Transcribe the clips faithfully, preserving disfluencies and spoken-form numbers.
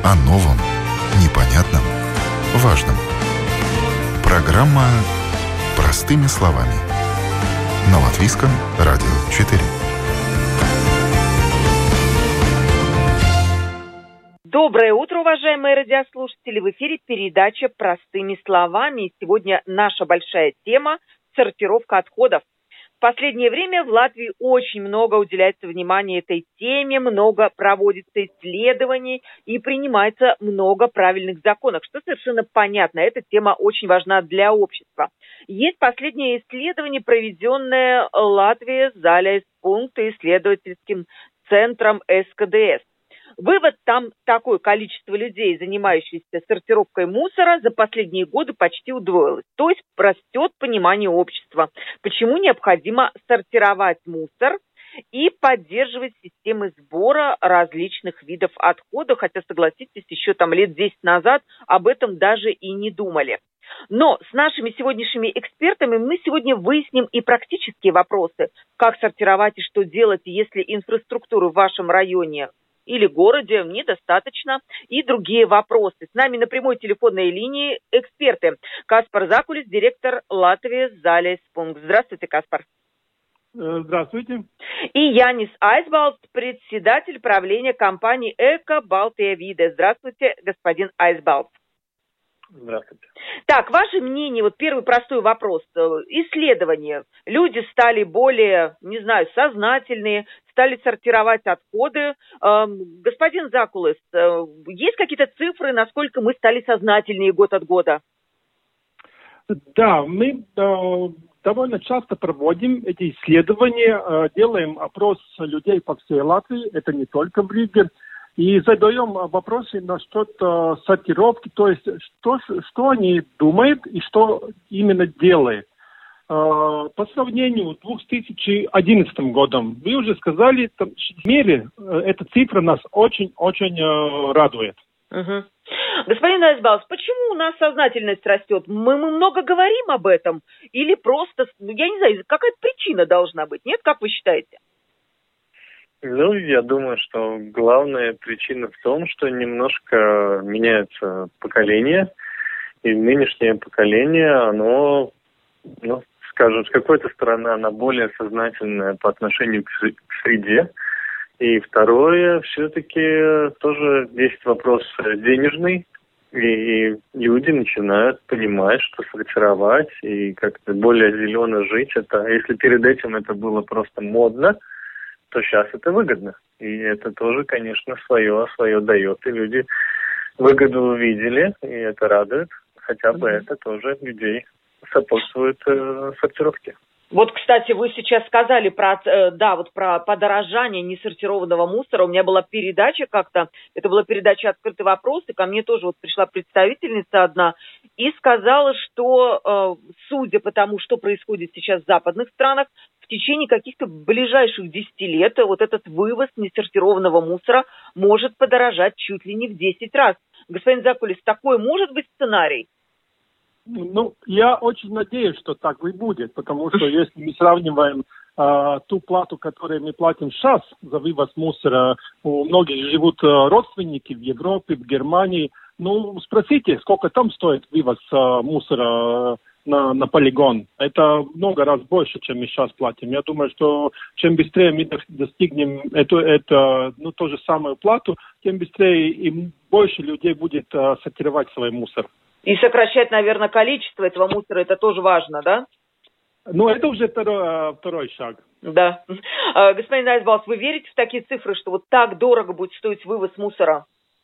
О новом, непонятном, важном. Программа «Простыми словами» на Латвийском радио четыре. Доброе утро, уважаемые радиослушатели! В эфире передача «Простыми словами». И сегодня наша большая тема – сортировка отходов. В последнее время в Латвии очень много уделяется внимания этой теме, много проводится исследований и принимается много правильных законов, что совершенно понятно. Эта тема очень важна для общества. Есть последнее исследование, проведенное Латвией Залейспункт и исследовательским центром эс ка дэ эс. Вывод там такой: количество людей, занимающихся сортировкой мусора, за последние годы почти удвоилось. То есть растет понимание общества, почему необходимо сортировать мусор и поддерживать системы сбора различных видов отходов. Хотя, согласитесь, еще там лет десять назад об этом даже и не думали. Но с нашими сегодняшними экспертами мы сегодня выясним и практические вопросы. Как сортировать и что делать, если инфраструктуры в вашем районе или городе недостаточно, и другие вопросы. С нами на прямой телефонной линии эксперты. Каспар Закулис, директор Латвии Залейспункт. Здравствуйте, Каспар. Здравствуйте. И Янис Айсбалдс, председатель правления компании Эко Балтия Виде. Здравствуйте, господин Айсбалдс. Здравствуйте. Так, ваше мнение, вот первый простой вопрос. Исследования. Люди стали более, не знаю, сознательные, стали сортировать отходы. Господин Закулис, есть какие-то цифры, насколько мы стали сознательнее год от года? Да, мы э, довольно часто проводим эти исследования, э, делаем опрос людей по всей Латвии, это не только в Риге, и задаем вопросы насчет э, сортировки, то есть что, что они думают и что именно делают. Э, по сравнению с две тысячи одиннадцатым годом, вы уже сказали, там, в мире э, эта цифра нас очень-очень э, радует. Угу. Господин Айсбалдс, почему у нас сознательность растет? Мы, мы много говорим об этом? Или просто, я не знаю, какая-то причина должна быть? Нет, как вы считаете? Ну, я думаю, что главная причина в том, что немножко меняется поколение, и нынешнее поколение, оно, ну, скажем, с какой-то стороны, оно более сознательное по отношению к среде, и второе, все-таки тоже есть вопрос денежный, и люди начинают понимать, что сортировать и как-то более зелено жить, это, если перед этим это было просто модно, то сейчас это выгодно. И это тоже, конечно, свое, свое дает. И люди выгоду увидели, и это радует. Хотя бы mm-hmm. это тоже людей сопутствует э, сортировке. Вот, кстати, вы сейчас сказали про, э, да, вот про подорожание несортированного мусора. У меня была передача как-то, это была передача «Открытый вопрос», и ко мне тоже вот пришла представительница одна и сказала, что, э, судя по тому, что происходит сейчас в западных странах, в течение каких-то ближайших десяти лет вот этот вывоз несортированного мусора может подорожать чуть ли не в десять раз. Господин Закулис, такой может быть сценарий? Ну, я очень надеюсь, что так и будет, потому что если мы сравниваем э, ту плату, которую мы платим сейчас за вывоз мусора, у многих живут э, родственники в Европе, в Германии, ну, спросите, сколько там стоит вывоз э, мусора э, на, на полигон. Это много раз больше, чем мы сейчас платим. Я думаю, что чем быстрее мы достигнем эту, эту ну, ту же самую плату, тем быстрее и больше людей будет э, сортировать свой мусор. И сокращать, наверное, количество этого мусора, это тоже важно, да? Ну, это уже второй, второй шаг. Да. Господин Айсбалдс, вы верите в такие цифры, что вот так дорого будет стоить вывоз мусора?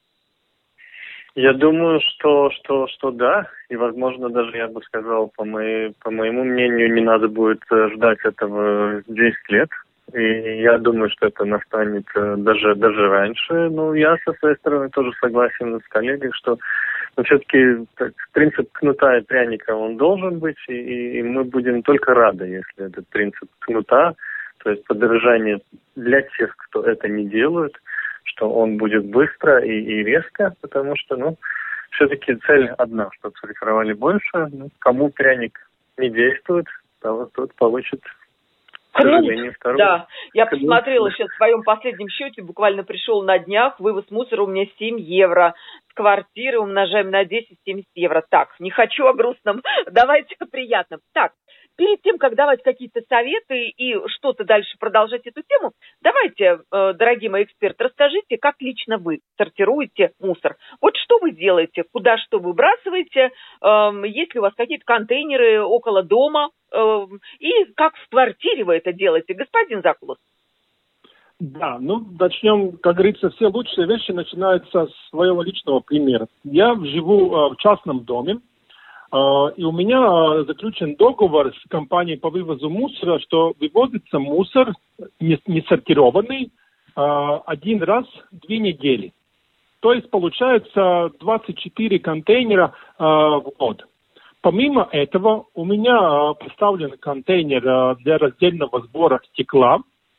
Я думаю, что, что, что да. И, возможно, даже, я бы сказал, по, моей, по моему мнению, не надо будет ждать этого десять лет. И я думаю, что это настанет даже, даже раньше. Но я со своей стороны тоже согласен с коллегой, что но все-таки принцип кнута и пряника, он должен быть, и, и мы будем только рады, если этот принцип кнута, то есть подорожание для тех, кто это не делает, что он будет быстро и, и резко, потому что, ну, все-таки цель одна, чтобы сортировали больше. Ну, кому пряник не действует, тот получит Кнут, второго. Да, я Кнут. посмотрела сейчас в своем последнем счете, буквально пришел на днях, вывоз мусора у меня семь евро. С квартиры умножаем на десять, семьдесят евро. Так, не хочу о грустном, давайте о приятном. Так, перед тем, как давать какие-то советы и что-то дальше продолжать эту тему, давайте, э, дорогие мои эксперты, расскажите, как лично вы сортируете мусор. Вот что вы делаете, куда что выбрасываете, э, есть ли у вас какие-то контейнеры около дома, э, и как в квартире вы это делаете, господин Закулос? Да, ну, начнем, как говорится, все лучшие вещи начинаются с своего личного примера. Я живу э, в частном доме, э, и у меня э, заключен договор с компанией по вывозу мусора, что вывозится мусор не, не сортированный э, один раз в две недели. То есть получается двадцать четыре контейнера э, в год. Помимо этого, у меня э, поставлен контейнер э, для раздельного сбора стекла.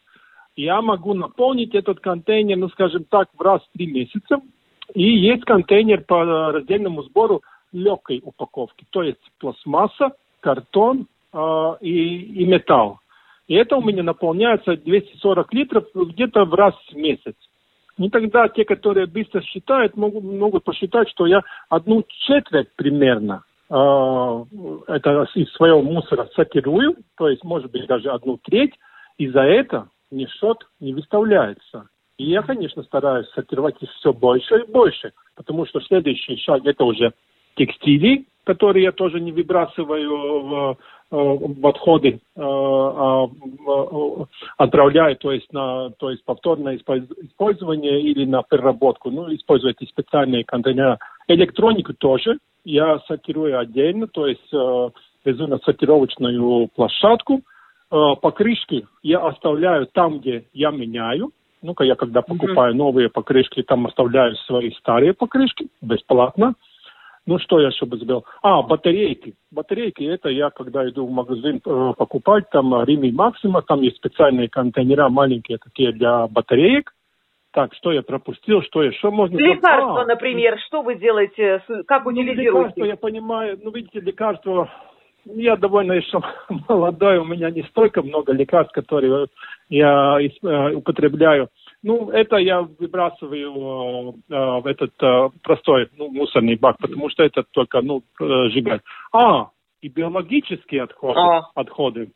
Я могу наполнить этот контейнер, ну, скажем так, в раз в три месяца. И есть контейнер по раздельному сбору легкой упаковки, то есть пластмасса, картон э, и, и металл. И это у меня наполняется двести сорок литров где-то в раз в месяц. И тогда те, которые быстро считают, могут, могут посчитать, что я одну четверть примерно э, это из своего мусора сортирую, то есть, может быть, даже одну треть, и за это ни счет не выставляется. И я, конечно, стараюсь сортировать их все больше и больше, потому что следующий шаг – это уже текстили, которые я тоже не выбрасываю в, в отходы, а отправляю, то есть, на, то есть повторное использование или на переработку. Ну, используйте специальные контейнеры. Электронику тоже я сортирую отдельно, то есть везу на сортировочную площадку. Покрышки я оставляю там, где я меняю. Ну-ка, я когда покупаю mm-hmm. новые покрышки, там оставляю свои старые покрышки бесплатно. Ну, что я еще бы забыл? А, батарейки. Батарейки, это я, когда иду в магазин э, покупать, там Рими Максима, там есть специальные контейнера маленькие такие для батареек. Так, что я пропустил, что еще можно... Лекарства, а, например, что вы делаете, как утилизируете? Ну, лекарства, я понимаю, ну, видите, лекарства... Я довольно еще молодой, у меня не столько много лекарств, которые я употребляю. Ну, это я выбрасываю э, в этот э, простой ну, мусорный бак, потому что это только, ну, сжигать. А, и биологические отходы. А. отходы.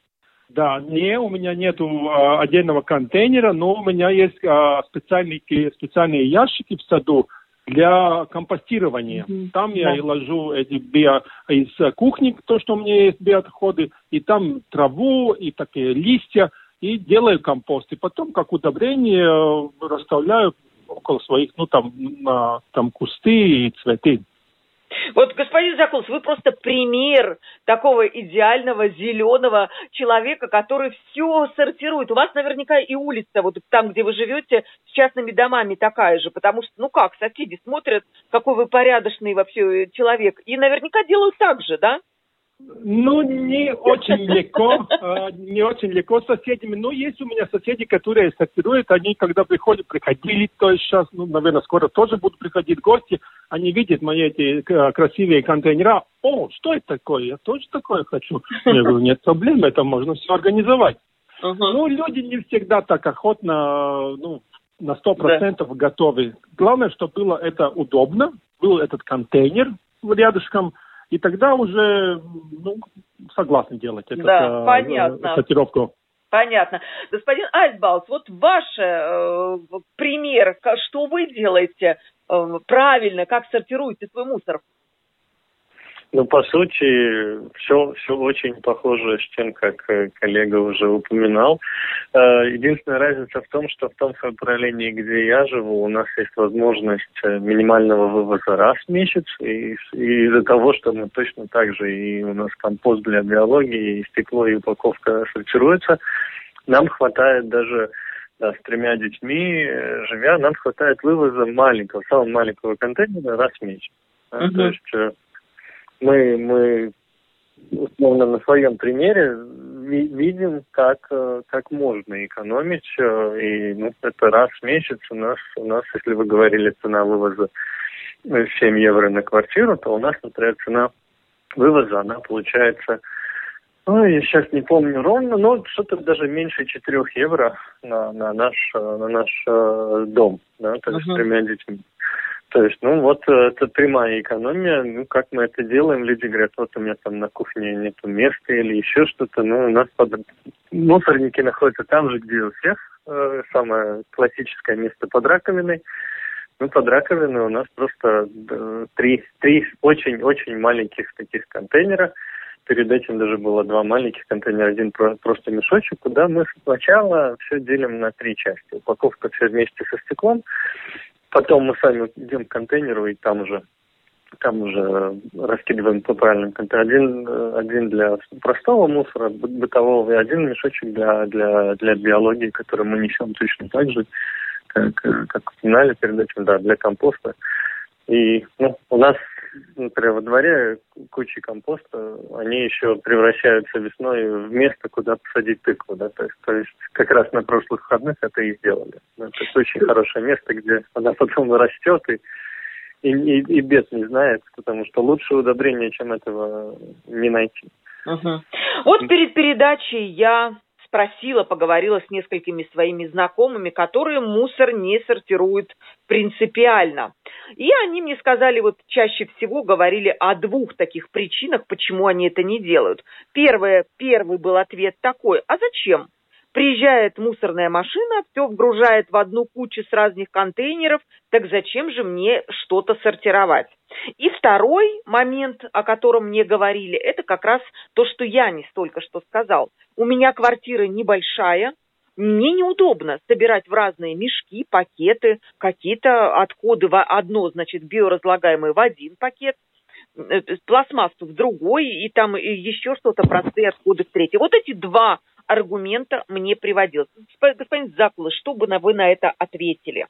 Да, не, у меня нету э, отдельного контейнера, но у меня есть э, специальные, специальные ящики в саду для компостирования. Mm-hmm. Там yeah. я и ложу эти био из кухни, то, что у меня есть биоотходы, и там траву, и такие листья, и делаю компост. И потом, как удобрение, расставляю около своих, ну, там, на, там кусты и цветы. Вот, господин Закулос, вы просто пример такого идеального зеленого человека, который все сортирует. У вас наверняка и улица, вот там, где вы живете, с частными домами такая же, потому что, ну как, соседи смотрят, какой вы порядочный вообще человек, и наверняка делают так же, да? Ну, не очень легко, не очень легко с соседями. Но есть у меня соседи, которые сортируют. Они, когда приходят, приходили, то есть сейчас, ну, наверное, скоро тоже будут приходить гости. Они видят мои эти красивые контейнера. О, что это такое? Я тоже такое хочу. Я говорю, нет проблем, это можно все организовать. Uh-huh. Ну, люди не всегда так охотно, ну, на сто процентов да. готовы. Главное, чтобы было это удобно, был этот контейнер рядышком. И тогда уже, ну, согласны делать эту да, э, понятно. сортировку. Понятно. Господин Альтбаус, вот ваш э, пример, что вы делаете э, правильно, как сортируете свой мусор? Ну, по сути, все, все очень похоже с тем, как коллега уже упоминал. Единственная разница в том, что в том направлении, где я живу, у нас есть возможность минимального вывоза раз в месяц. И, и из-за того, что мы точно так же, и у нас компост для биологии, и стекло, и упаковка сортируется, нам хватает даже... Да, с тремя детьми, живя, нам хватает вывоза маленького, самого маленького контейнера раз в месяц. Uh-huh. То есть... Мы, мы условно на своем примере ви- видим, как, как можно экономить. И ну, это раз в месяц у нас, у нас, если вы говорили, цена вывоза семь евро на квартиру, то у нас, например, цена вывоза, она получается Ой, я сейчас не помню ровно, но что-то даже меньше четырех евро на, на наш, на наш э, дом, да, то есть uh-huh. с тремя детьми. То есть, ну вот, это прямая экономия. Ну, как мы это делаем? Люди говорят, вот у меня там на кухне нету места или еще что-то. Ну, у нас под... мусорники находятся там же, где у всех. Э, самое классическое место под раковиной. Ну, под раковиной у нас просто э, три, три очень-очень маленьких таких контейнера. Перед этим даже было два маленьких контейнера, один про, просто мешочек, куда мы сначала все делим на три части. Упаковка все вместе со стеклом. Потом мы сами идем к контейнеру и там уже, там уже раскидываем по правильным контейнерам. Один, один для простого мусора, бытового, и один мешочек для, для, для биологии, который мы несем точно так же, как, как упоминали перед этим, да, для компоста. И ну, у нас, например, во дворе кучи компоста, они еще превращаются весной в место, куда посадить тыкву, да, то есть, то есть как раз на прошлых выходных это и сделали. Это очень хорошее место, где она потом растет и, и, и, и бед не знает, потому что лучше удобрения, чем этого, не найти. Угу. Вот перед передачей я спросила, поговорила с несколькими своими знакомыми, которые мусор не сортируют принципиально. И они мне сказали, вот чаще всего говорили о двух таких причинах, почему они это не делают. Первое, первый был ответ такой: а зачем? Приезжает мусорная машина, все вгружает в одну кучу с разных контейнеров, так зачем же мне что-то сортировать? И второй момент, о котором мне говорили, это как раз то, что Янис только что сказал. У меня квартира небольшая, мне неудобно собирать в разные мешки, пакеты, какие-то отходы в одно, значит, биоразлагаемые в один пакет, пластмассу в другой, и там еще что-то, простые отходы в третий. Вот эти два аргумента мне приводил. Господин Закулос, что бы вы на это ответили?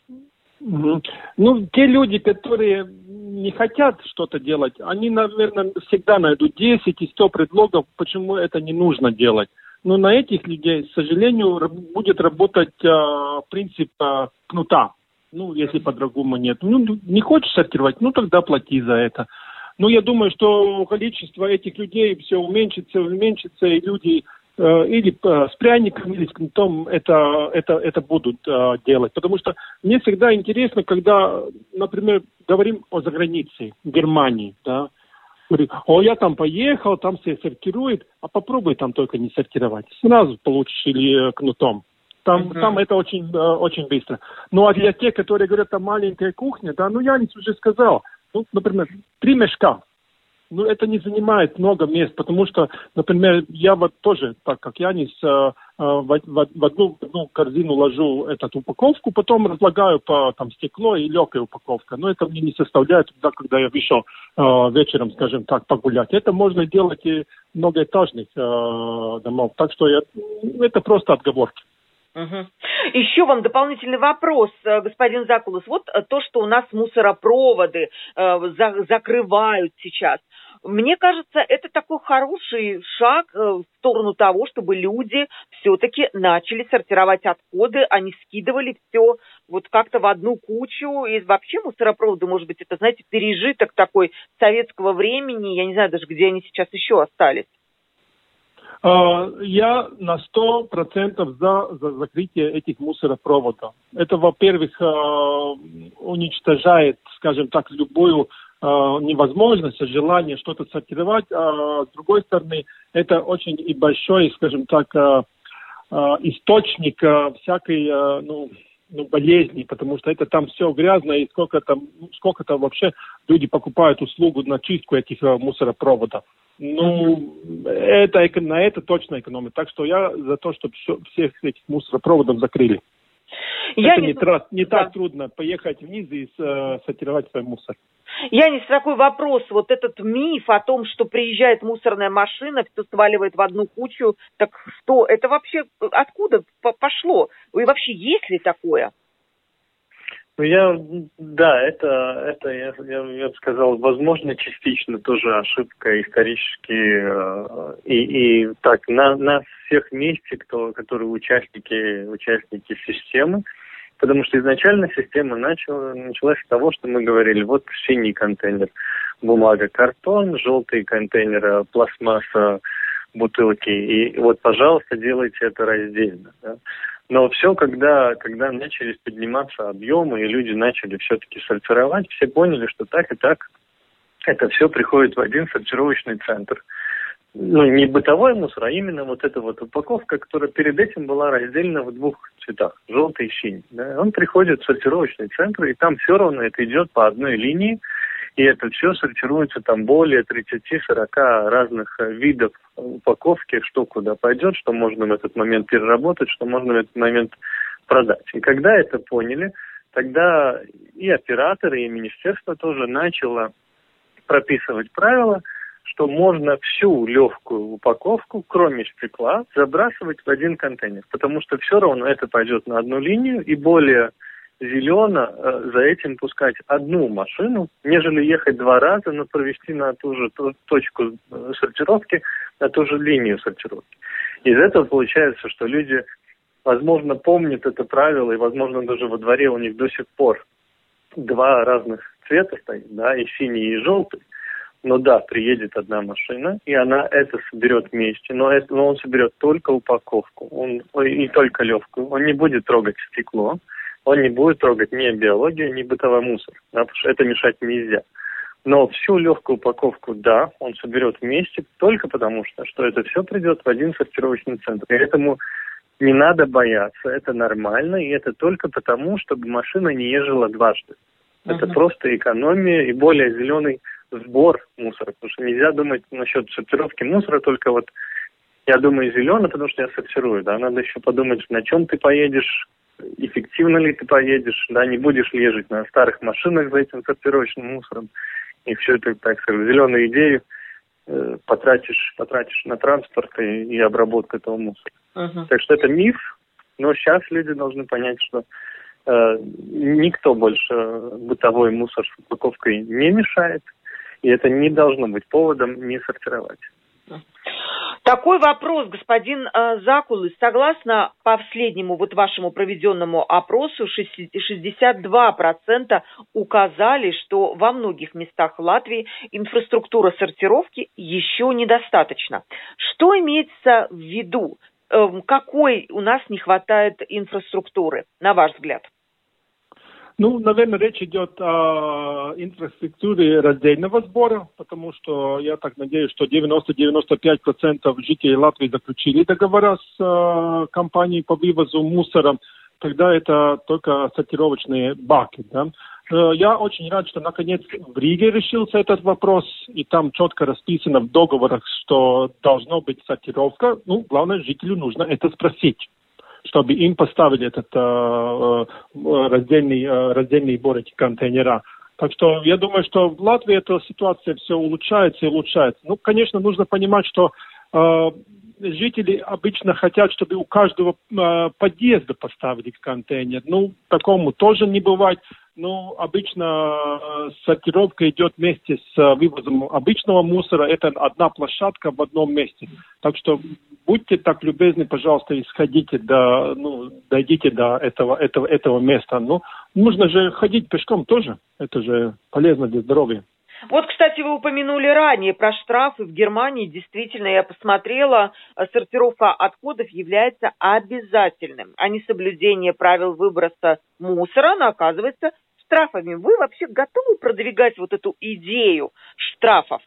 Ну, те люди, которые не хотят что-то делать, они, наверное, всегда найдут десять и сто предлогов, почему это не нужно делать. Но на этих людей, к сожалению, будет работать э, принцип э, кнута. Ну, если по-другому нет. Ну, не хочешь сортировать, ну, тогда плати за это. Но я думаю, что количество этих людей все уменьшится, уменьшится, и люди э, или э, с пряником, или с кнутом это, это, это будут э, делать. Потому что мне всегда интересно, когда, например, говорим о загранице, Германии, да, говорит, о, я там поехал, там все сортируют, а попробуй там только не сортировать. Сразу получишь или кнутом. Там, uh-huh. там это очень, э, очень быстро. Ну, а для тех, которые говорят, там маленькая кухня, да, ну, я уже сказал, ну, например, три мешка. Ну, это не занимает много мест, потому что, например, я вот тоже, так как Янис, э, э, в, в, в одну, одну корзину ложу эту упаковку, потом разлагаю по там, стекло и легкая упаковка. Но это мне не составляет тогда, когда я вышел э, вечером, скажем так, погулять. Это можно делать и в многоэтажных э, домов. Так что я, это просто отговорки. Угу. Еще вам дополнительный вопрос, господин Закулос. Вот то, что у нас мусоропроводы э, за, закрывают сейчас. Мне кажется, это такой хороший шаг э, в сторону того, чтобы люди все-таки начали сортировать отходы, а не скидывали все вот как-то в одну кучу. И вообще мусоропроводы, может быть, это, знаете, пережиток такой советского времени. Я не знаю даже, где они сейчас еще остались. Я на сто процентов за, за закрытие этих мусоропроводов. Это, во-первых, уничтожает, скажем так, любую невозможность, желание что-то сортировать, а с другой стороны, это очень и большой, скажем так, источник всякой, ну, ну, болезней, потому что это там все грязно, и сколько там, сколько там вообще люди покупают услугу на чистку этих мусоропроводов. Ну, это, на это точно экономит. Так что я за то, чтобы всех этих мусоропроводов закрыли. Я это не, не, тра- не да. так трудно поехать вниз и э, сортировать свой мусор. Янис, такой вопрос. Вот этот миф о том, что приезжает мусорная машина, все сваливает в одну кучу. Так что, это вообще откуда пошло? И вообще есть ли такое? Ну, я, да, это, это я, я, я бы сказал, возможно, частично тоже ошибка исторически. И, и так, на, на всех месте, кто, которые участники, участники системы, потому что изначально система начала, началась с того, что мы говорили, вот синий контейнер, бумага, картон, желтый контейнер, пластмасса, бутылки. И вот, пожалуйста, делайте это раздельно. Да? Но все, когда, когда начались подниматься объемы, и люди начали все-таки сортировать, все поняли, что так и так это все приходит в один сортировочный центр. Ну, не бытовой мусор, а именно вот эта вот упаковка, которая перед этим была разделена в двух цветах, желтый и синий. Да? Он приходит в сортировочный центр, и там все равно это идет по одной линии, и это все сортируется там более тридцать-сорок разных видов упаковки, что куда пойдет, что можно в этот момент переработать, что можно в этот момент продать. И когда это поняли, тогда и операторы, и министерство тоже начало прописывать правила, что можно всю легкую упаковку, кроме стекла, забрасывать в один контейнер. Потому что все равно это пойдет на одну линию, и более зелено э, за этим пускать одну машину, нежели ехать два раза, но провести на ту же ту, точку э, сортировки, на ту же линию сортировки. Из этого получается, что люди, возможно, помнят это правило, и, возможно, даже во дворе у них до сих пор два разных цвета стоит, да, и синий, и желтый. Но да, приедет одна машина, и она это соберет вместе, но, это, но он соберет только упаковку, он, и только легкую. Он не будет трогать стекло, он не будет трогать ни биологию, ни бытовой мусор, да, потому что это мешать нельзя. Но всю легкую упаковку, да, он соберет вместе только потому, что, что это все придет в один сортировочный центр. И этому не надо бояться, это нормально, и это только потому, чтобы машина не езжала дважды. Uh-huh. Это просто экономия и более зеленый сбор мусора. Потому что нельзя думать насчет сортировки мусора только вот, я думаю, зеленый, потому что я сортирую, да, надо еще подумать, на чем ты поедешь, эффективно ли ты поедешь, да, не будешь ли ехать на старых машинах за этим сортировочным мусором, и все это, так сказать, зеленую идею э, потратишь, потратишь на транспорт и, и обработку этого мусора. Uh-huh. Так что это миф, но сейчас люди должны понять, что э, никто больше бытовой мусор с упаковкой не мешает, и это не должно быть поводом не сортировать. Такой вопрос, господин э, Закулы. Согласно последнему вот вашему проведенному опросу, шестьдесят два процента указали, что во многих местах в Латвии инфраструктура сортировки еще недостаточно. Что имеется в виду? Э, какой у нас не хватает инфраструктуры, на ваш взгляд? Ну, наверное, речь идет о инфраструктуре раздельного сбора, потому что я так надеюсь, что девяносто-девяносто пять процентов жителей Латвии заключили договора с э, компанией по вывозу мусора. Тогда это только сортировочные баки. Да? Э, я очень рад, что наконец в Риге решился этот вопрос, и там четко расписано в договорах, что должно быть сортировка. Ну, главное, жителю нужно это спросить, чтобы им поставили этот э, раздельный, э, раздельный сбор, эти контейнера. Так что я думаю, что в Латвии эта ситуация все улучшается и улучшается. Ну, конечно, нужно понимать, что э, жители обычно хотят, чтобы у каждого э, подъезда поставили контейнер. Ну, такому тоже не бывает. Ну, обычно э, сортировка идет вместе с э, вывозом обычного мусора. Это одна площадка в одном месте. Так что будьте так любезны, пожалуйста, и сходите до, ну, дойдите до этого, этого, этого места. Ну, нужно же ходить пешком тоже. Это же полезно для здоровья. Вот, кстати, вы упомянули ранее про штрафы. В Германии действительно, я посмотрела, сортировка отходов является обязательным, а несоблюдение правил выброса мусора наказывается штрафами. Вы вообще готовы продвигать вот эту идею штрафов?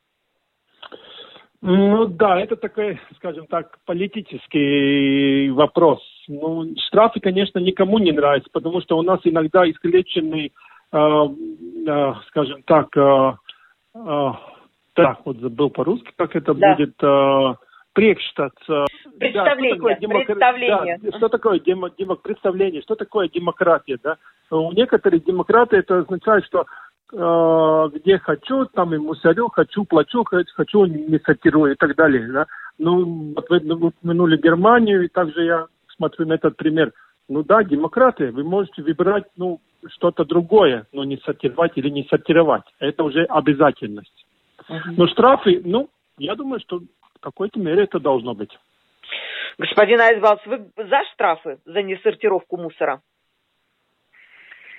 Ну да, это такой, скажем так, политический вопрос. Ну, штрафы, конечно, никому не нравятся, потому что у нас иногда искалеченный, э, э, скажем так, э, э, так, вот забыл по-русски, как это да. будет, э, прекштат. Э, представление, да, что такое демокр... представление. Да, что такое демо... Демо... представление, что такое демократия, да? У некоторых демократы это означает, что где хочу, там и мусорю, хочу, плачу, хочу, не сортирую и так далее. Да? Ну, вот вы упомянули Германию, и также я смотрю на этот пример. Ну да, демократы, вы можете выбирать ну, что-то другое, но не сортировать или не сортировать. Это уже обязательность. Uh-huh. Но штрафы, ну, я думаю, что в какой-то мере это должно быть. Господин Айсбалс, вы за штрафы, за несортировку мусора?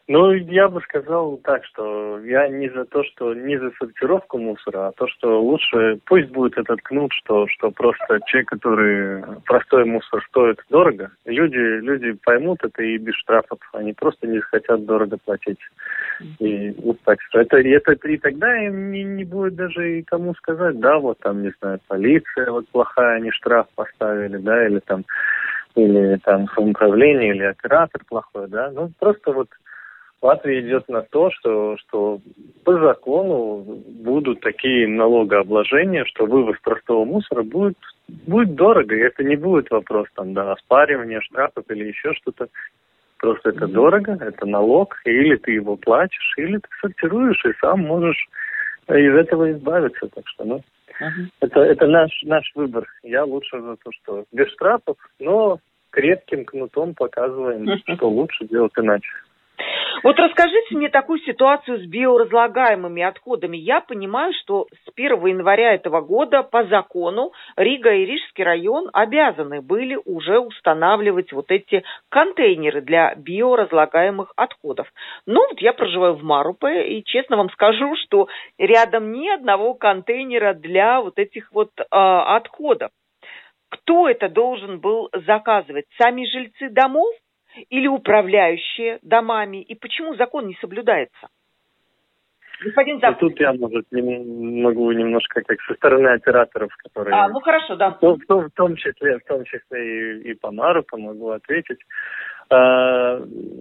Ну, я бы сказал так, что я не за то, что не за сортировку мусора, а то, что лучше пусть будет этот кнут, что, что просто человек, который простой мусор стоит дорого, люди, люди поймут это и без штрафов, они просто не захотят дорого платить. И вот так что это, это и тогда им не, не будет даже и кому сказать, да, вот там, не знаю, полиция вот плохая, они штраф поставили, да, или там, или там самоуправление, или оператор плохой, да, ну просто вот Латвия идет на то, что, что по закону будут такие налогообложения, что вывоз простого мусора будет, будет дорого. И это не будет вопрос там, да, оспаривания штрафов или еще что-то. Просто это mm-hmm. дорого, это налог. Или ты его платишь, или ты сортируешь и сам можешь из этого избавиться. Так что, ну, mm-hmm. это, это наш, наш выбор. Я лучше за то, что без штрафов, но крепким кнутом показываем, mm-hmm. что лучше делать иначе. Вот расскажите мне такую ситуацию с биоразлагаемыми отходами. Я понимаю, что с первого января этого года по закону Рига и Рижский район обязаны были уже устанавливать вот эти контейнеры для биоразлагаемых отходов. Но вот я проживаю в Марупе и честно вам скажу, что рядом ни одного контейнера для вот этих вот э, отходов. Кто это должен был заказывать? Сами жильцы домов? Или управляющие домами, и почему закон не соблюдается? Господин Зав... Тут я, может, не могу немножко как со стороны операторов, которые... А, ну хорошо, да. В, в, в том числе, в том числе и, и по Марупу могу ответить. А,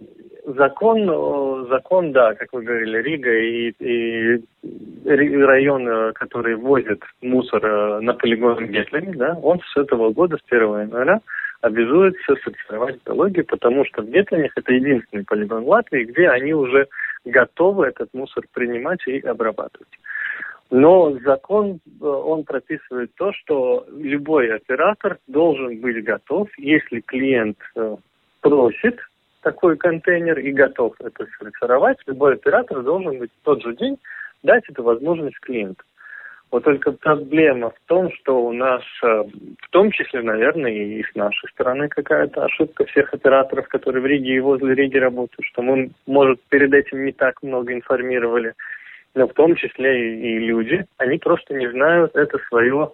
закон, закон, да, как вы говорили, Рига и, и район, который возит мусор на полигон Гетлини, да, он с этого года, с первого января, обязуется сортировать биологию, потому что в Гетлинях это единственный полигон в Латвии, где они уже готовы этот мусор принимать и обрабатывать. Но закон, он прописывает то, что любой оператор должен быть готов, если клиент просит такой контейнер и готов это сортировать, любой оператор должен быть в тот же день дать эту возможность клиенту. Вот только проблема в том, что у нас, в том числе, наверное, и с нашей стороны какая-то ошибка всех операторов, которые в Риге и возле Риги работают, что мы, может, перед этим не так много информировали, но в том числе и люди, они просто не знают это свое,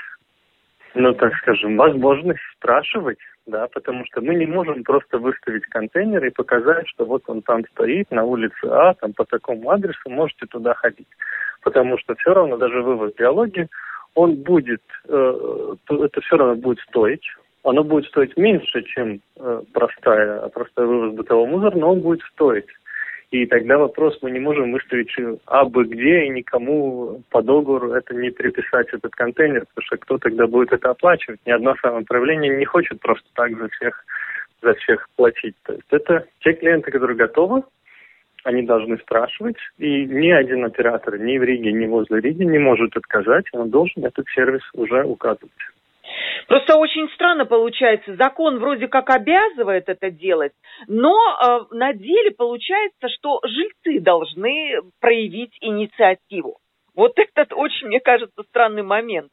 ну, так скажем, возможность спрашивать, да, потому что мы не можем просто выставить контейнер и показать, что вот он там стоит на улице А, там по такому адресу, можете туда ходить. Потому что все равно даже вывоз биологии, он будет, э, это все равно будет стоить. Оно будет стоить меньше, чем э, простая, простой вывоз бытового мусора, но он будет стоить. И тогда вопрос, мы не можем выставить абы где и никому по договору это не приписать, этот контейнер, потому что кто тогда будет это оплачивать? Ни одно самоуправление не хочет просто так за всех, за всех платить. То есть это те клиенты, которые готовы, они должны спрашивать, и ни один оператор ни в Риге, ни возле Риги не может отказать, он должен этот сервис уже указывать. Просто очень странно получается, закон вроде как обязывает это делать, но э, на деле получается, что жильцы должны проявить инициативу. Вот этот очень, мне кажется, странный момент.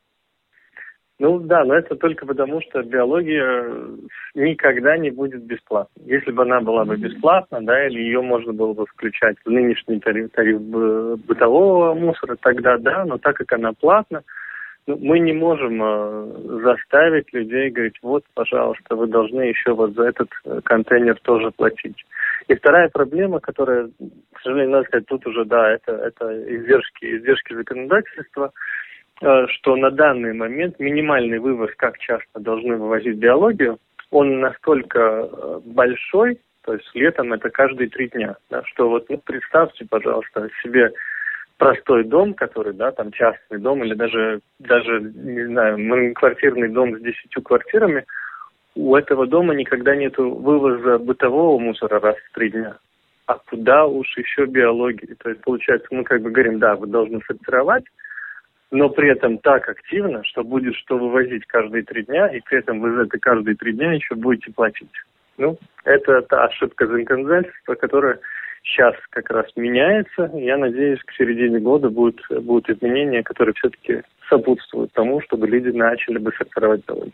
Ну да, но это только потому, что биология никогда не будет бесплатной. Если бы она была бы бесплатна, да, или ее можно было бы включать в нынешний тариф, тариф бытового мусора, тогда да, но так как она платна, ну, мы не можем э, заставить людей говорить, вот, пожалуйста, вы должны еще вот за этот контейнер тоже платить. И вторая проблема, которая, к сожалению, надо сказать, тут уже, да, это, это издержки, издержки законодательства, что на данный момент минимальный вывоз, как часто должны вывозить биологию, он настолько большой, то есть летом это каждые три дня, да, что вот, ну, представьте, пожалуйста, себе простой дом, который, да, там частный дом или даже, даже, не знаю, многоквартирный дом с десятью квартирами, у этого дома никогда нету вывоза бытового мусора раз в три дня. А куда уж еще биологии? То есть, получается, мы как бы говорим, да, вы должны сортировать, но при этом так активно, что будет что вывозить каждые три дня, и при этом вы за это каждые три дня еще будете платить. Ну, это та ошибка законодательства, которая сейчас как раз меняется. Я надеюсь, к середине года будут, будут изменения, которые все-таки сопутствуют тому, чтобы люди начали бы сортировать биологию.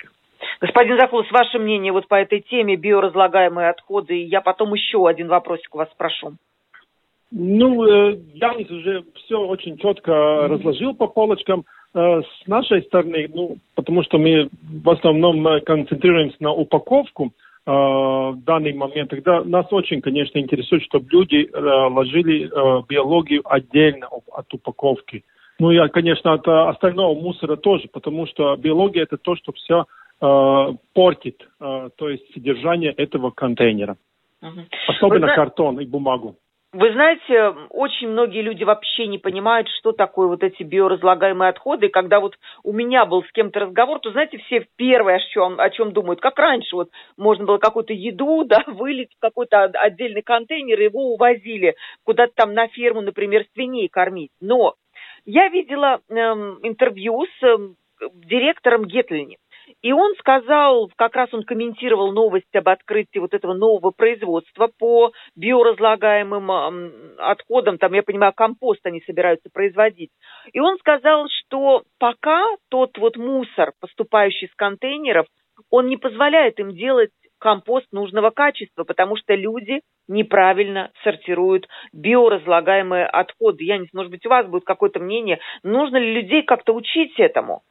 Господин Закулос, ваше мнение вот по этой теме биоразлагаемые отходы? Я потом еще один вопросик у вас спрошу. Ну, Янис уже все очень четко mm-hmm. разложил по полочкам. С нашей стороны, ну, потому что мы в основном концентрируемся на упаковку в данный момент, тогда нас очень, конечно, интересует, чтобы люди ложили биологию отдельно от упаковки. Ну, и, конечно, от остального мусора тоже, потому что биология – это то, что все э, портит, э, то есть содержание этого контейнера. Угу. Особенно Вы картон и бумагу. Вы знаете, очень многие люди вообще не понимают, что такое вот эти биоразлагаемые отходы. И когда вот у меня был с кем-то разговор, то, знаете, все первое, о чем, о чем думают, как раньше, вот можно было какую-то еду, да, вылить в какой-то отдельный контейнер, и его увозили куда-то там на ферму, например, свиней кормить. Но я видела эм, интервью с эм, директором Гетлини. И он сказал, как раз он комментировал новость об открытии вот этого нового производства по биоразлагаемым э, отходам, там, я понимаю, компост они собираются производить. И он сказал, что пока тот вот мусор, поступающий с контейнеров, он не позволяет им делать компост нужного качества, потому что люди неправильно сортируют биоразлагаемые отходы. Янис, может быть, у вас будет какое-то мнение, нужно ли людей как-то учить этому?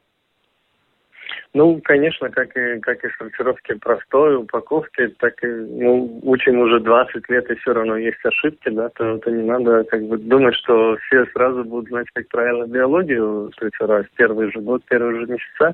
Ну, конечно, как и, как и сортировки простой, упаковки, так и, ну, учим уже двадцать лет, и все равно есть ошибки, да, то это не надо, как бы, думать, что все сразу будут знать, как правильно биологию сортировать первый же год, первые же месяца.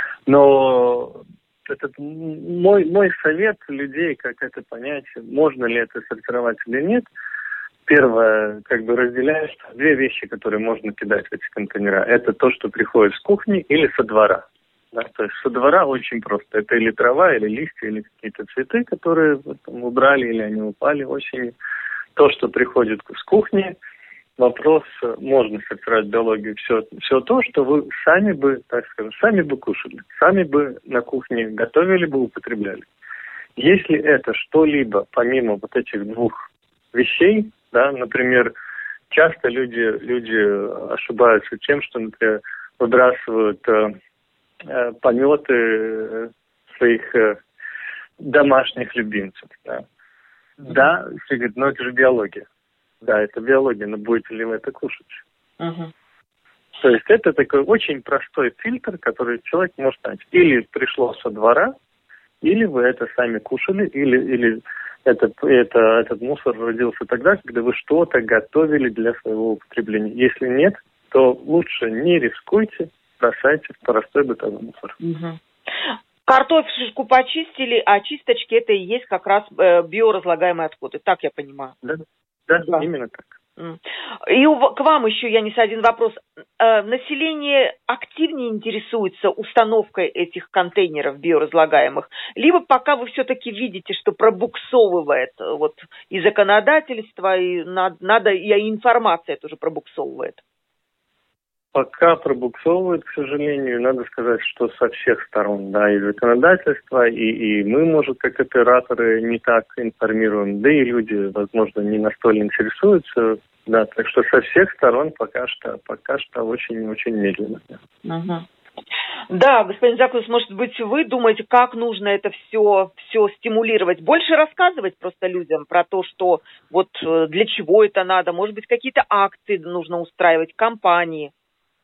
Но этот мой, мой совет людей, как это понять, можно ли это сортировать или нет. Первое, как бы разделяешь две вещи, которые можно кидать в эти контейнера. Это то, что приходит с кухни или со двора. Да, то есть со двора очень просто. Это или трава, или листья, или какие-то цветы, которые там, убрали, или они упали осенью. То, что приходит с кухни, вопрос, можно сортировать биологию, все, все то, что вы сами бы, так скажем, сами бы кушали, сами бы на кухне готовили бы, употребляли. Если это что-либо, помимо вот этих двух вещей, да, например, часто люди, люди ошибаются тем, что, например, выбрасывают э, э, пометы э, своих э, домашних любимцев. Да, mm-hmm. да, все говорят, ну это же биология. Да, это биология, но будете ли вы это кушать? Uh-huh. То есть это такой очень простой фильтр, который человек может знать. Или пришло со двора, или вы это сами кушали, или, или этот, это, этот мусор родился тогда, когда вы что-то готовили для своего употребления. Если нет, то лучше не рискуйте, бросайте в простой бытовой мусор. Uh-huh. Картофельку почистили, а чисточки это и есть как раз э, биоразлагаемые отходы. Так я понимаю. Да. Да, да, именно так. И к вам еще, Янис, один вопрос. Население активнее интересуется установкой этих контейнеров биоразлагаемых? Либо пока вы все-таки видите, что пробуксовывает вот, и законодательство, и надо, надо, и информация тоже пробуксовывает? Пока пробуксовывает, к сожалению, надо сказать, что со всех сторон, да, и законодательство, и, и мы, может, как операторы, не так информируем, да и люди, возможно, не настолько интересуются, да, так что со всех сторон пока что, пока что очень-очень медленно. Угу. Да, господин Закулос, может быть, вы думаете, как нужно это все, все стимулировать? Больше рассказывать просто людям про то, что вот для чего это надо, может быть, какие-то акции нужно устраивать, кампании?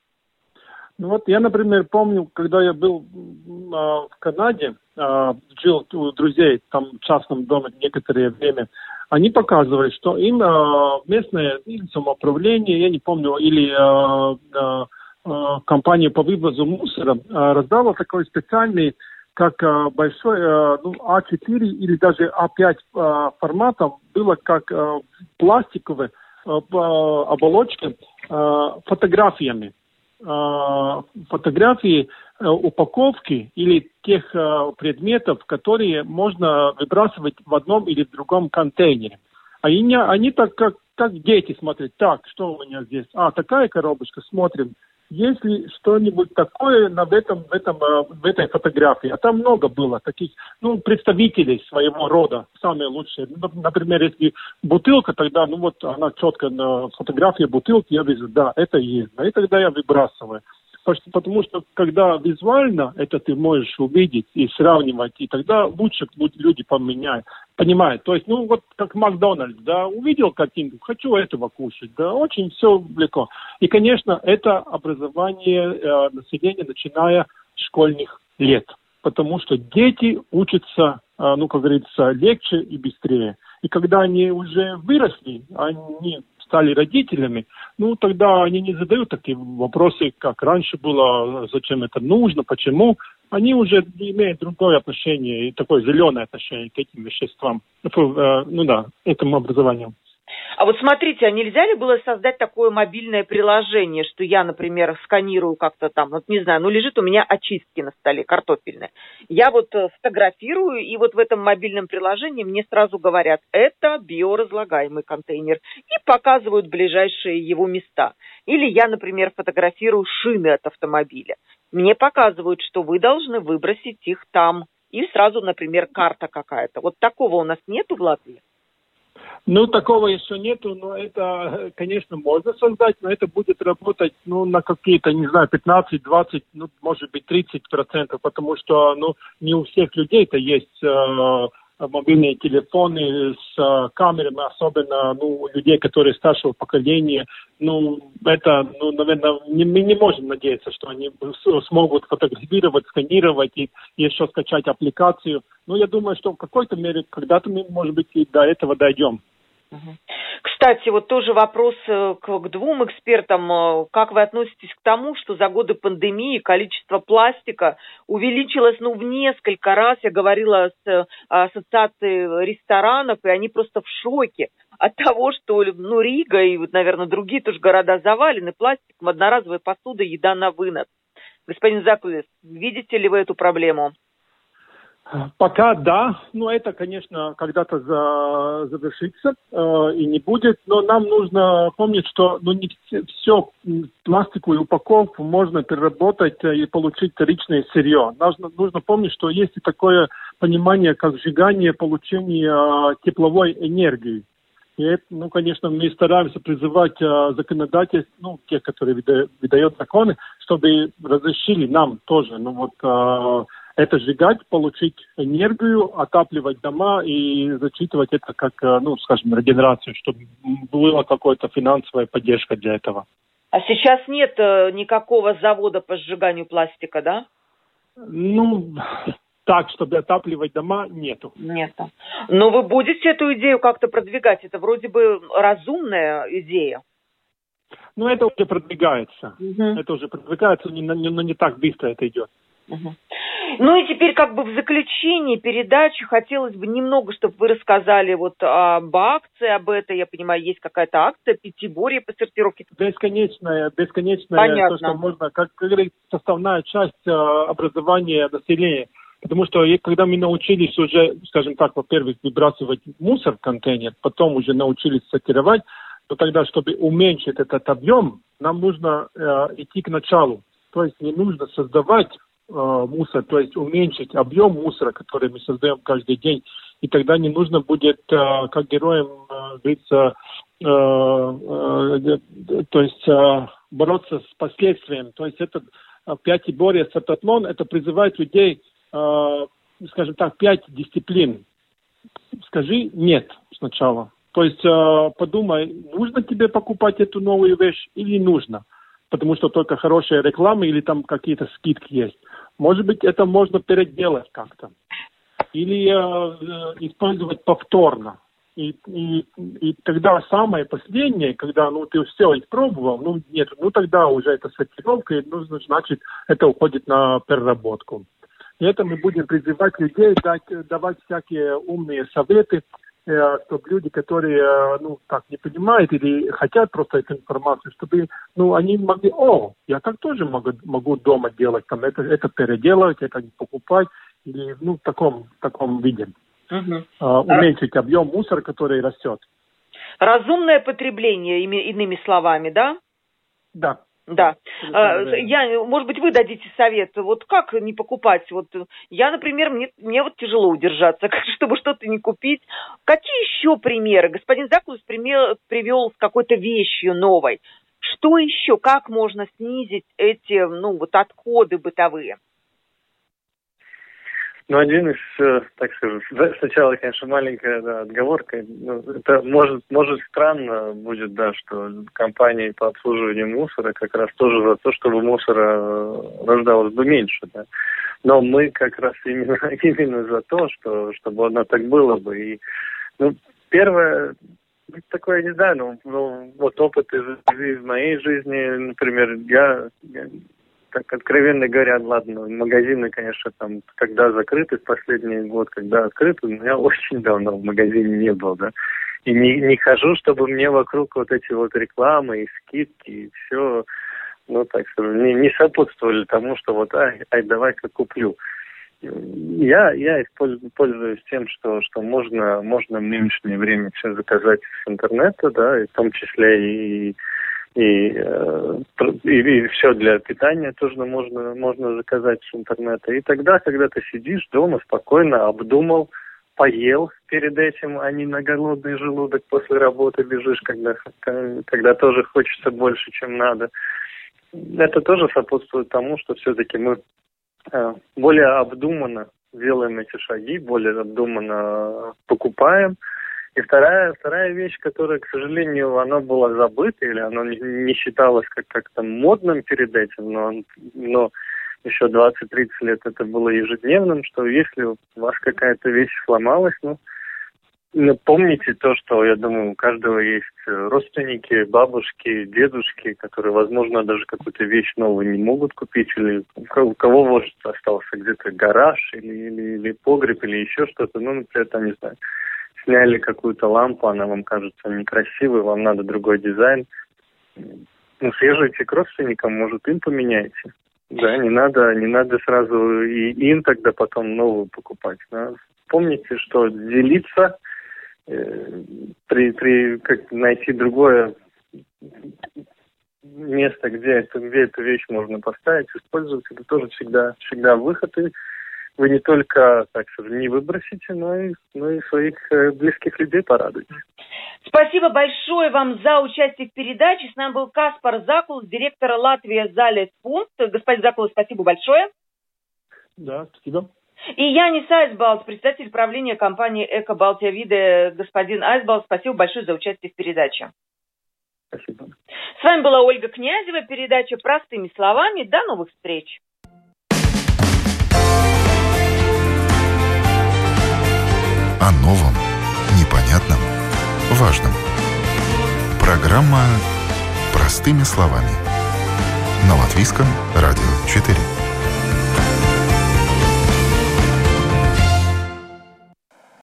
Ну вот я, например, помню, когда я был э, в Канаде, э, жил у друзей там в частном доме некоторое время, они показывали, что им э, местное или самоуправление, я не помню, или э, э, э, компания по вывозу мусора э, раздала такой специальный, как э, большой, э, ну, а четыре или даже а пять э, форматом, было как э, пластиковые э, оболочки э, фотографиями. фотографии упаковки или тех предметов, которые можно выбрасывать в одном или в другом контейнере. Они, они так как, как дети смотрят. Так, что у меня здесь? А, такая коробочка, смотрим. Есть ли что-нибудь такое на, в, этом, в, этом, в этой фотографии? А там много было таких, ну, представителей своего рода, самые лучшие. Например, если бутылка, тогда, ну, вот она четко на фотографии бутылки, я вижу, да, это есть. И тогда я выбрасываю. потому что когда визуально это ты можешь увидеть и сравнивать, и тогда лучше люди поменяют, понимают. То есть, ну вот как Макдональдс, да, увидел картинку, хочу этого кушать, да, очень все легко. И, конечно, это образование э, населения, начиная с школьных лет, потому что дети учатся, э, ну, как говорится, легче и быстрее. И когда они уже выросли, они стали родителями, ну, тогда они не задают такие вопросы, как раньше было, зачем это нужно, почему. Они уже имеют другое отношение, и такое зеленое отношение к этим веществам, ну да, этому образованию. А вот смотрите, а нельзя ли было создать такое мобильное приложение, что я, например, сканирую как-то там, вот не знаю, ну лежит у меня очистки на столе, картофельные. Я вот фотографирую, и вот в этом мобильном приложении мне сразу говорят, это биоразлагаемый контейнер, и показывают ближайшие его места. Или я, например, фотографирую шины от автомобиля. Мне показывают, что вы должны выбросить их там. И сразу, например, карта какая-то. Вот такого у нас нету в Латвии? Ну, такого еще нету, но это, конечно, можно создать, но это будет работать, ну, на какие-то, не знаю, пятнадцать, двадцать, ну, может быть, тридцать процентов, потому что, ну, не у всех людей-то есть э, мобильные телефоны с э, камерами, особенно, ну, у людей, которые старшего поколения, ну, это, ну, наверное, не, мы не можем надеяться, что они смогут фотографировать, сканировать и еще скачать аппликацию. Ну, я думаю, что в какой-то мере когда-то мы, может быть, и до этого дойдем. Кстати, вот тоже вопрос к, к двум экспертам. Как вы относитесь к тому, что за годы пандемии количество пластика увеличилось, ну, в несколько раз? Я говорила с ассоциацией ресторанов, и они просто в шоке от того, что, ну, Рига и, вот, наверное, другие тоже города завалены пластиком, одноразовая посуда, еда на вынос. Господин Закулис, видите ли вы эту проблему? Пока да, но это, конечно, когда-то за, завершится э, и не будет, но нам нужно помнить, что ну, не все, все пластиковую упаковку можно переработать и получить вторичное сырье. Нужно, нужно помнить, что есть и такое понимание, как сжигание, получение э, тепловой энергии. И это, ну, конечно, мы стараемся призывать э, законодательств, ну, тех, которые выдают, выдают законы, чтобы разрешили нам тоже, ну, вот, э, это сжигать, получить энергию, отапливать дома и зачитывать это как, ну, скажем, регенерацию, чтобы была какая-то финансовая поддержка для этого. А сейчас нет никакого завода по сжиганию пластика, да? Ну, так, чтобы отапливать дома, нету. Нету. Но вы будете эту идею как-то продвигать? Это вроде бы разумная идея. Ну, это уже продвигается. Угу. Это уже продвигается, но не, не, не так быстро это идет. Угу. Ну и теперь как бы в заключении передачи хотелось бы немного, чтобы вы рассказали вот об акции, об этой, я понимаю, есть какая-то акция, пятиборье по сортировке. Бесконечная, бесконечная, Понятно. То, что можно, как говорится, составная часть образования населения. Потому что когда мы научились уже, скажем так, во-первых, выбрасывать мусор в контейнер, потом уже научились сортировать, то тогда, чтобы уменьшить этот объем, нам нужно э, идти к началу. То есть не нужно создавать мусор, то есть уменьшить объем мусора, который мы создаем каждый день, и тогда не нужно будет, как героям, говорится, то есть бороться с последствиями. То есть это пятиборье сататлон, это призывает людей, скажем так, пять дисциплин. Скажи «нет» сначала. То есть подумай, нужно тебе покупать эту новую вещь или нужно, потому что только хорошая реклама или там какие-то скидки есть. Может быть, это можно переделать как-то. Или э, использовать повторно. И, и, и тогда самое последнее, когда ну, ты все испробовал, ну нет, ну тогда уже это сортировка, и, ну, значит, это уходит на переработку. И это мы будем призывать людей дать, давать всякие умные советы, чтобы люди, которые, ну, так не понимают или хотят просто эту информацию, чтобы, ну, они могли, о, я так тоже могу, могу дома делать, там, это, это переделать, это не покупать, или, ну, в таком, в таком виде. Угу. А, уменьшить объем мусора, который растет. Разумное потребление, иными словами, да? Да. Да. Я, может быть, вы дадите совет, вот как не покупать? Вот я, например, мне, мне вот тяжело удержаться, чтобы что-то не купить. Какие еще примеры? Господин Закулис привел с какой-то вещью новой. Что еще? Как можно снизить эти, ну, вот отходы бытовые? Ну, один из, так скажем, сначала, конечно, маленькая, да, отговорка. Ну, это может, может странно будет, да, что компании по обслуживанию мусора как раз тоже за то, чтобы мусора рождалось бы меньше, да. Но мы как раз именно, именно за то, что, чтобы оно так было бы. И, ну, первое, такое, не знаю, ну, ну вот опыт из, из моей жизни, например, я... я так, откровенно говоря, ладно, магазины, конечно, там, когда закрыты в последний год, когда открыты, у меня очень давно в магазине не было, да. И не, не хожу, чтобы мне вокруг вот эти вот рекламы и скидки, и все, ну, так скажем, не, не сопутствовали тому, что вот, ай, ай давай-ка куплю. Я, я использую, пользуюсь тем, что, что можно, можно в нынешнее время все заказать с интернета, да, и в том числе и И, и, и все для питания тоже можно, можно заказать с интернета. И тогда, когда ты сидишь дома, спокойно обдумал, поел перед этим, а не на голодный желудок после работы бежишь, когда, когда тоже хочется больше, чем надо. Это тоже сопутствует тому, что все-таки мы более обдуманно делаем эти шаги, более обдуманно покупаем. И вторая, вторая вещь, которая, к сожалению, она была забыта, или она не, не считалась как, как-то модным перед этим, но, но еще двадцать-тридцать лет это было ежедневным, что если у вас какая-то вещь сломалась, ну, помните то, что, я думаю, у каждого есть родственники, бабушки, дедушки, которые, возможно, даже какую-то вещь новую не могут купить, или у кого, может, остался где-то гараж, или, или, или погреб, или еще что-то, ну, например, там, не знаю, сняли какую-то лампу, она вам кажется некрасивой, вам надо другой дизайн. Ну, съезжайте к родственникам, может, им поменяйте. Да, не надо, не надо сразу и им тогда потом новую покупать. Да. Помните, что делиться, э, при, при, как найти другое место, где, это, где эту вещь можно поставить, использовать, это тоже всегда, всегда выход. И вы не только, так скажем, не выбросите, но и, но и своих близких людей порадуете. Спасибо большое вам за участие в передаче. С нами был Каспар Закулс, директор Латвия Залес Пункт. Господин Закулс, спасибо большое. Да, спасибо. И Янис Айсбалдс, председатель правления компании Эко Балтия Виде. Господин Айсбалдс, спасибо большое за участие в передаче. Спасибо. С вами была Ольга Князева, передача «Простыми словами». До новых встреч. О новом, непонятном, важном. Программа «Простыми словами» на Латвийском радио четыре.